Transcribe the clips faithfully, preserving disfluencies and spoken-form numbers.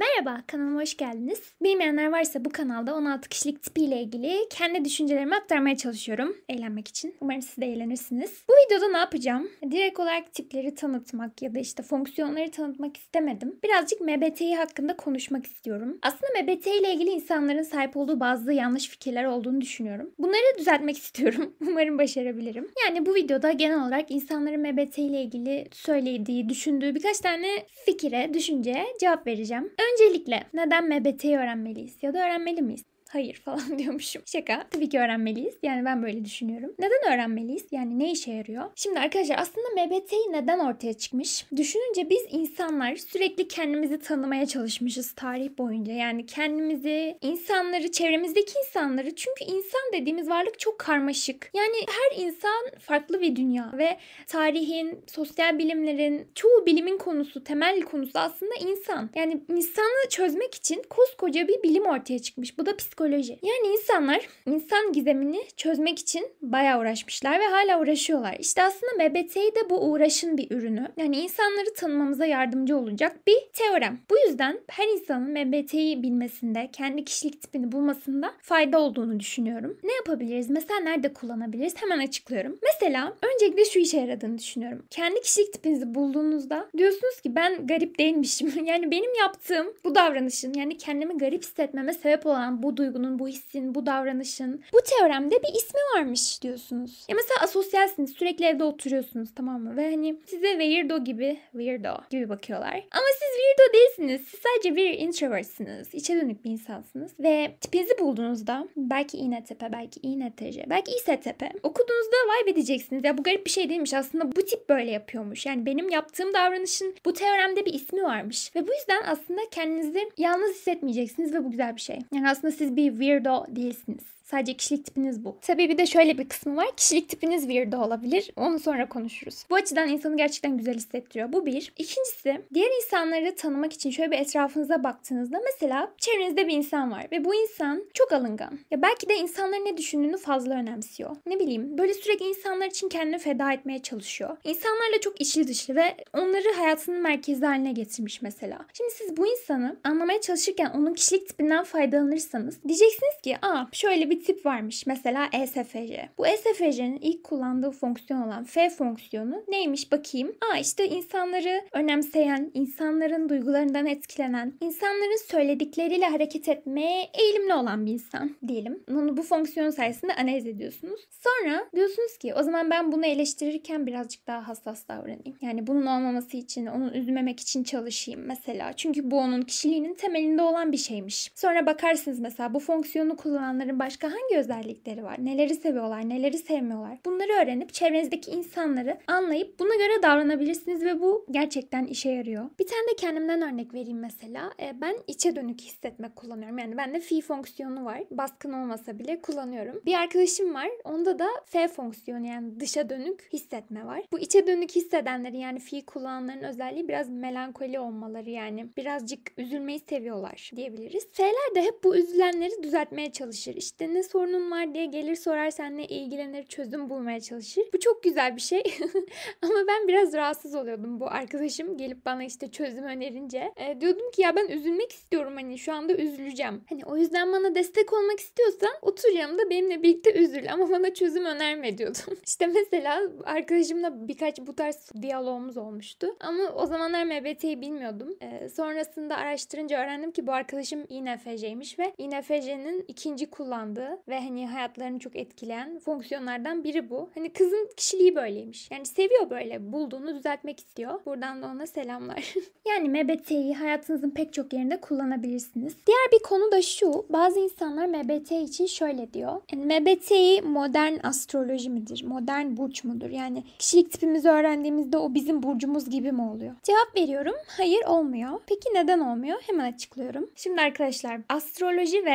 Merhaba, kanalıma hoş geldiniz. Bilmeyenler varsa bu kanalda on altı kişilik tipiyle ilgili kendi düşüncelerimi aktarmaya çalışıyorum. Eğlenmek için. Umarım siz de eğlenirsiniz. Bu videoda ne yapacağım? Direkt olarak tipleri tanıtmak ya da işte fonksiyonları tanıtmak istemedim. Birazcık M B T I hakkında konuşmak istiyorum. Aslında M B T I ile ilgili insanların sahip olduğu bazı yanlış fikirler olduğunu düşünüyorum. Bunları düzeltmek istiyorum. Umarım başarabilirim. Yani bu videoda genel olarak insanların M B T I ile ilgili söylediği, düşündüğü birkaç tane fikire, düşünceye cevap vereceğim. Öncelikle neden M B T I öğrenmeliyiz ya da öğrenmeli miyiz? Hayır falan diyormuşum. Şaka. Tabii ki öğrenmeliyiz. Yani ben böyle düşünüyorum. Neden öğrenmeliyiz? Yani ne işe yarıyor? Şimdi arkadaşlar aslında M B T I neden ortaya çıkmış? Düşününce biz insanlar sürekli kendimizi tanımaya çalışmışız tarih boyunca. Yani kendimizi, insanları, çevremizdeki insanları. Çünkü insan dediğimiz varlık çok karmaşık. Yani her insan farklı bir dünya ve tarihin, sosyal bilimlerin, çoğu bilimin konusu, temel konusu aslında insan. Yani insanı çözmek için koskoca bir bilim ortaya çıkmış. Bu da psikoloji. Yani insanlar insan gizemini çözmek için bayağı uğraşmışlar ve hala uğraşıyorlar. İşte aslında M B T I de bu uğraşın bir ürünü. Yani insanları tanımamıza yardımcı olacak bir teorem. Bu yüzden her insanın M B T I bilmesinde, kendi kişilik tipini bulmasında fayda olduğunu düşünüyorum. Ne yapabiliriz? Mesela nerede kullanabiliriz? Hemen açıklıyorum. Mesela öncelikle şu işe yaradığını düşünüyorum. Kendi kişilik tipinizi bulduğunuzda diyorsunuz ki ben garip değilmişim. Yani benim yaptığım bu davranışın, yani kendimi garip hissetmeme sebep olan bu duygunun, bu hissin, bu davranışın, bu teoremde bir ismi varmış diyorsunuz. Ya mesela asosyalsiniz, sürekli evde oturuyorsunuz, tamam mı? Ve hani size weirdo gibi, weirdo gibi bakıyorlar. Ama siz weirdo değilsiniz. Siz sadece bir introvertsiniz. İçe dönük bir insansınız. Ve tipinizi bulduğunuzda belki İ N T P, belki İ N T J, belki İ S T P okuduğunuzda vay be diyeceksiniz. Ya bu garip bir şey değilmiş. Aslında bu tip böyle yapıyormuş. Yani benim yaptığım davranışın bu teoremde bir ismi varmış. Ve bu yüzden aslında kendinizi yalnız hissetmeyeceksiniz ve bu güzel bir şey. Yani aslında siz bir weirdo değilsiniz. Sadece kişilik tipiniz bu. Tabii bir de şöyle bir kısmı var. Kişilik tipiniz weirdo olabilir. Onu sonra konuşuruz. Bu açıdan insanı gerçekten güzel hissettiriyor. Bu bir. İkincisi, diğer insanları tanımak için şöyle bir etrafınıza baktığınızda mesela çevrenizde bir insan var ve bu insan çok alıngan. Ya belki de insanların ne düşündüğünü fazla önemsiyor. Ne bileyim, böyle sürekli insanlar için kendini feda etmeye çalışıyor. İnsanlarla çok içli dışlı ve onları hayatının merkezi haline getirmiş mesela. Şimdi siz bu insanı anlamaya çalışırken onun kişilik tipinden faydalanırsanız diyeceksiniz ki aa şöyle bir tip varmış. Mesela E S F J. Bu E S F J'nin ilk kullandığı fonksiyon olan F fonksiyonu neymiş bakayım? Aa işte insanları önemseyen, insanların duygularından etkilenen, insanların söyledikleriyle hareket etmeye eğilimli olan bir insan diyelim. Bunu bu fonksiyon sayesinde analiz ediyorsunuz. Sonra diyorsunuz ki o zaman ben bunu eleştirirken birazcık daha hassas davranayım. Yani bunun olmaması için, onu üzmemek için çalışayım mesela. Çünkü bu onun kişiliğinin temelinde olan bir şeymiş. Sonra bakarsınız mesela bu fonksiyonu kullananların başka hangi özellikleri var? Neleri seviyorlar, neleri sevmiyorlar? Bunları öğrenip çevrenizdeki insanları anlayıp buna göre davranabilirsiniz ve bu gerçekten işe yarıyor. Bir tane de kendimden örnek vereyim mesela. E, ben içe dönük hissetmek kullanıyorum. Yani bende F fonksiyonu var. Baskın olmasa bile kullanıyorum. Bir arkadaşım var. Onda da F fonksiyonu yani dışa dönük hissetme var. Bu içe dönük hissedenlerin yani F kullananların özelliği biraz melankoli olmaları, yani birazcık üzülmeyi seviyorlar diyebiliriz. F'ler de hep bu üzülenleri düzeltmeye çalışır. İşte ne sorunun var diye gelir sorar, seninle ilgilenir, çözüm bulmaya çalışır. Bu çok güzel bir şey. Ama ben biraz rahatsız oluyordum bu arkadaşım gelip bana işte çözüm önerince. E, diyordum ki ya ben üzülmek istiyorum, hani şu anda üzüleceğim. Hani o yüzden bana destek olmak istiyorsan otur yanımda benimle birlikte üzül ama bana çözüm önerme diyordum. İşte mesela arkadaşımla birkaç bu tarz diyalogumuz olmuştu. Ama o zamanlar M B T I bilmiyordum. E, sonrasında araştırınca öğrendim ki bu arkadaşım İ N F J'ymiş ve İ N F J'nin ikinci kullandığı ve hani hayatlarını çok etkileyen fonksiyonlardan biri bu. Hani kızın kişiliği böyleymiş. Yani seviyor böyle, bulduğunu düzeltmek istiyor. Buradan da ona selamlar. Yani M B T I'yi hayatınızın pek çok yerinde kullanabilirsiniz. Diğer bir konu da şu. Bazı insanlar M B T I için şöyle diyor. Yani M B T I modern astroloji midir? Modern burç mudur? Yani kişilik tipimizi öğrendiğimizde o bizim burcumuz gibi mi oluyor? Cevap veriyorum. Hayır, olmuyor. Peki neden olmuyor? Hemen açıklıyorum. Şimdi arkadaşlar, astroloji ve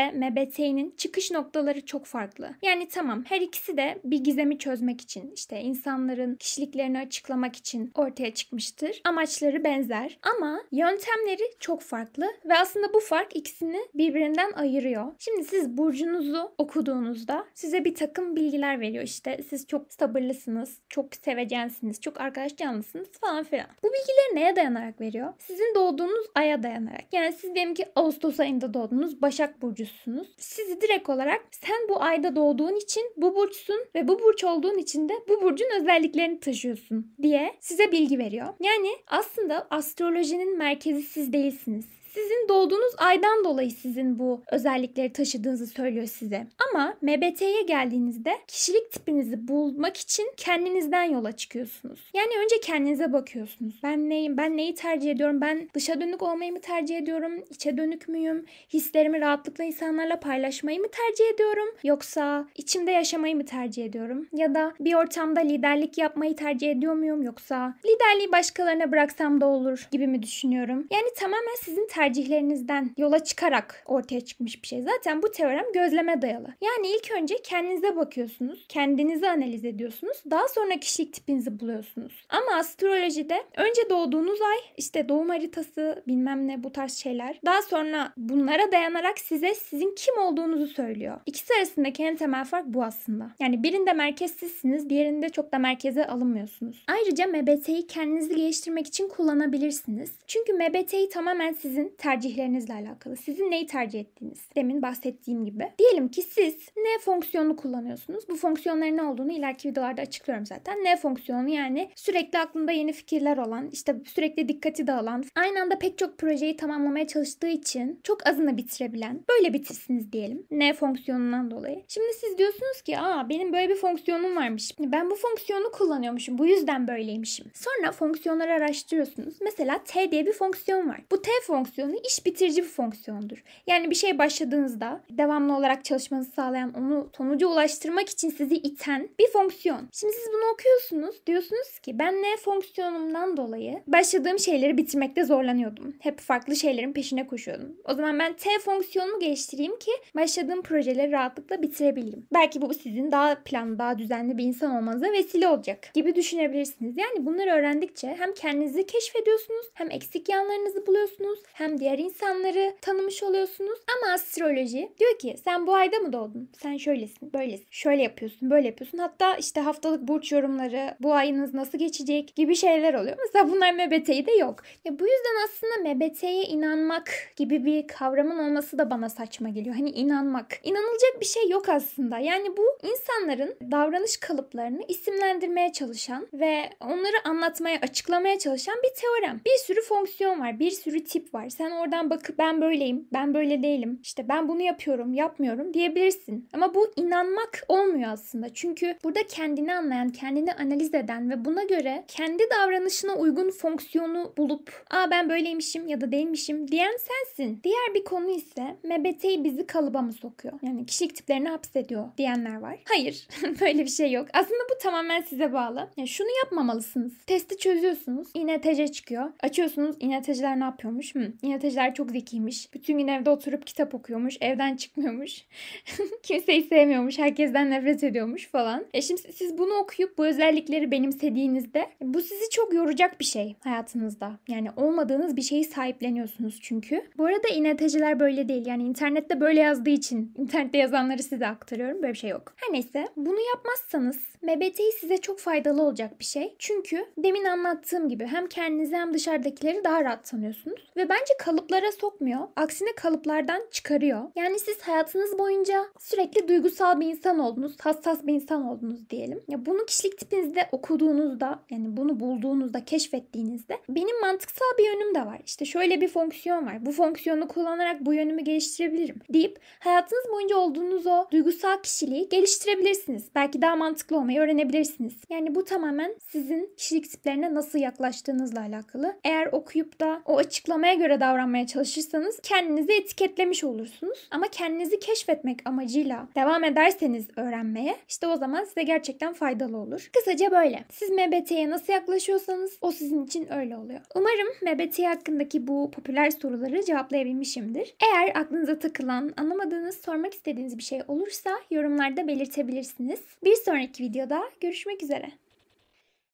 ve M B T I'nin çıkış noktaları çok farklı. Yani tamam, her ikisi de bir gizemi çözmek için, işte insanların kişiliklerini açıklamak için ortaya çıkmıştır. Amaçları benzer ama yöntemleri çok farklı ve aslında bu fark ikisini birbirinden ayırıyor. Şimdi siz burcunuzu okuduğunuzda size bir takım bilgiler veriyor. İşte siz çok sabırlısınız, çok sevecensiniz, çok arkadaş canlısınız falan filan. Bu bilgileri neye dayanarak veriyor? Sizin doğduğunuz aya dayanarak. Yani siz diyelim ki Ağustos ayında doğdunuz, Başak burcusunuz. Sizi direkt olarak sen bu ayda doğduğun için bu burçsun ve bu burç olduğun için de bu burcun özelliklerini taşıyorsun diye size bilgi veriyor. Yani aslında astrolojinin merkezi siz değilsiniz. Sizin doğduğunuz aydan dolayı sizin bu özellikleri taşıdığınızı söylüyor size. Ama M B T'ye geldiğinizde kişilik tipinizi bulmak için kendinizden yola çıkıyorsunuz. Yani önce kendinize bakıyorsunuz. Ben neyim? Ben neyi tercih ediyorum? Ben dışa dönük olmayı mı tercih ediyorum? İçe dönük müyüm? Hislerimi rahatlıkla insanlarla paylaşmayı mı tercih ediyorum? Yoksa içimde yaşamayı mı tercih ediyorum? Ya da bir ortamda liderlik yapmayı tercih ediyor muyum? Yoksa liderliği başkalarına bıraksam da olur gibi mi düşünüyorum? Yani tamamen sizin tercih tercihlerinizden yola çıkarak ortaya çıkmış bir şey. Zaten bu teorem gözleme dayalı. Yani ilk önce kendinize bakıyorsunuz, kendinizi analiz ediyorsunuz, daha sonra kişilik tipinizi buluyorsunuz. Ama astrolojide önce doğduğunuz ay, işte doğum haritası, bilmem ne, bu tarz şeyler. Daha sonra bunlara dayanarak size sizin kim olduğunuzu söylüyor. İkisi arasındaki en temel fark bu aslında. Yani birinde merkezsizsiniz, diğerinde çok da merkeze alınmıyorsunuz. Ayrıca M B T'yi kendinizi geliştirmek için kullanabilirsiniz. Çünkü M B T'yi tamamen sizin tercihlerinizle alakalı. Sizin neyi tercih ettiğiniz. Demin bahsettiğim gibi. Diyelim ki siz ne fonksiyonunu kullanıyorsunuz? Bu fonksiyonların ne olduğunu ileriki videolarda açıklıyorum zaten. Ne fonksiyonu, yani sürekli aklında yeni fikirler olan, işte sürekli dikkati dağılan, aynı anda pek çok projeyi tamamlamaya çalıştığı için çok azını bitirebilen, böyle bitirsiniz diyelim. Ne fonksiyonundan dolayı. Şimdi siz diyorsunuz ki aa benim böyle bir fonksiyonum varmış. Ben bu fonksiyonu kullanıyormuşum. Bu yüzden böyleymişim. Sonra fonksiyonları araştırıyorsunuz. Mesela T diye bir fonksiyon var. Bu T fonksiyonu iş bitirici bir fonksiyondur. Yani bir şey başladığınızda devamlı olarak çalışmanızı sağlayan, onu sonuca ulaştırmak için sizi iten bir fonksiyon. Şimdi siz bunu okuyorsunuz. Diyorsunuz ki ben ne fonksiyonumdan dolayı başladığım şeyleri bitirmekte zorlanıyordum. Hep farklı şeylerin peşine koşuyordum. O zaman ben T fonksiyonumu geliştireyim ki başladığım projeleri rahatlıkla bitirebileyim. Belki bu sizin daha planlı, daha düzenli bir insan olmanıza vesile olacak gibi düşünebilirsiniz. Yani bunları öğrendikçe hem kendinizi keşfediyorsunuz, hem eksik yanlarınızı buluyorsunuz, hem diğer insanları tanımış oluyorsunuz. Ama astroloji diyor ki sen bu ayda mı doğdun? Sen şöylesin, böylesin. Şöyle yapıyorsun, böyle yapıyorsun. Hatta işte haftalık burç yorumları, bu ayınız nasıl geçecek gibi şeyler oluyor. Mesela bunlar M B T'de yok. Ya bu yüzden aslında M B T'ye inanmak gibi bir kavramın olması da bana saçma geliyor. Hani inanmak. İnanılacak bir şey yok aslında. Yani bu insanların davranış kalıplarını isimlendirmeye çalışan ve onları anlatmaya, açıklamaya çalışan bir teorem. Bir sürü fonksiyon var, bir sürü tip var. Sen oradan bakıp ben böyleyim, ben böyle değilim, İşte ben bunu yapıyorum, yapmıyorum diyebilirsin. Ama bu inanmak olmuyor aslında. Çünkü burada kendini anlayan, kendini analiz eden ve buna göre kendi davranışına uygun fonksiyonu bulup aa ben böyleymişim ya da değilmişim diyen sensin. Diğer bir konu ise M B T bizi kalıba mı sokuyor? Yani kişilik tiplerini hapsediyor diyenler var. Hayır, böyle bir şey yok. Aslında bu tamamen size bağlı. Yani şunu yapmamalısınız. Testi çözüyorsunuz, İ N T C çıkıyor. Açıyorsunuz, İ N T C'ler ne yapıyormuş? Hmm, İ N T C'ler çok zekiymiş. Bütün gün evde oturup kitap okuyormuş. Evden çıkmıyormuş. Kimseyi sevmiyormuş. Herkesten nefret ediyormuş falan. E şimdi siz bunu okuyup bu özellikleri benimsediğinizde bu sizi çok yoracak bir şey hayatınızda. Yani olmadığınız bir şeyi sahipleniyorsunuz çünkü. Bu arada İ N T C'ler böyle değil. Yani internette böyle yazdığı için internette yazanları size aktarıyorum. Böyle bir şey yok. Her neyse, bunu yapmazsanız M B T size çok faydalı olacak bir şey. Çünkü demin anlattığım gibi hem kendinizi hem dışarıdakileri daha rahat tanıyorsunuz. Ve bence kalıplara sokmuyor. Aksine kalıplardan çıkarıyor. Yani siz hayatınız boyunca sürekli duygusal bir insan oldunuz. Hassas bir insan oldunuz diyelim. Ya bunu kişilik tipinizde okuduğunuzda, yani bunu bulduğunuzda, keşfettiğinizde benim mantıksal bir yönüm de var. İşte şöyle bir fonksiyon var. Bu fonksiyonu kullanarak bu yönümü geliştirebilirim deyip hayatınız boyunca olduğunuz o duygusal kişiliği geliştirebilirsiniz. Belki daha mantıklı olmayı öğrenebilirsiniz. Yani bu tamamen sizin kişilik tiplerine nasıl yaklaştığınızla alakalı. Eğer okuyup da o açıklamaya göre davranmaya çalışırsanız kendinizi etiketlemiş olursunuz. Ama kendinizi keşfetmek amacıyla devam ederseniz öğrenmeye, işte o zaman size gerçekten faydalı olur. Kısaca böyle. Siz M B T'ye nasıl yaklaşıyorsanız o sizin için öyle oluyor. Umarım M B T hakkındaki bu popüler soruları cevaplayabilmişimdir. Eğer aklınıza takılan takılan, anlamadığınız, sormak istediğiniz bir şey olursa yorumlarda belirtebilirsiniz. Bir sonraki videoda görüşmek üzere.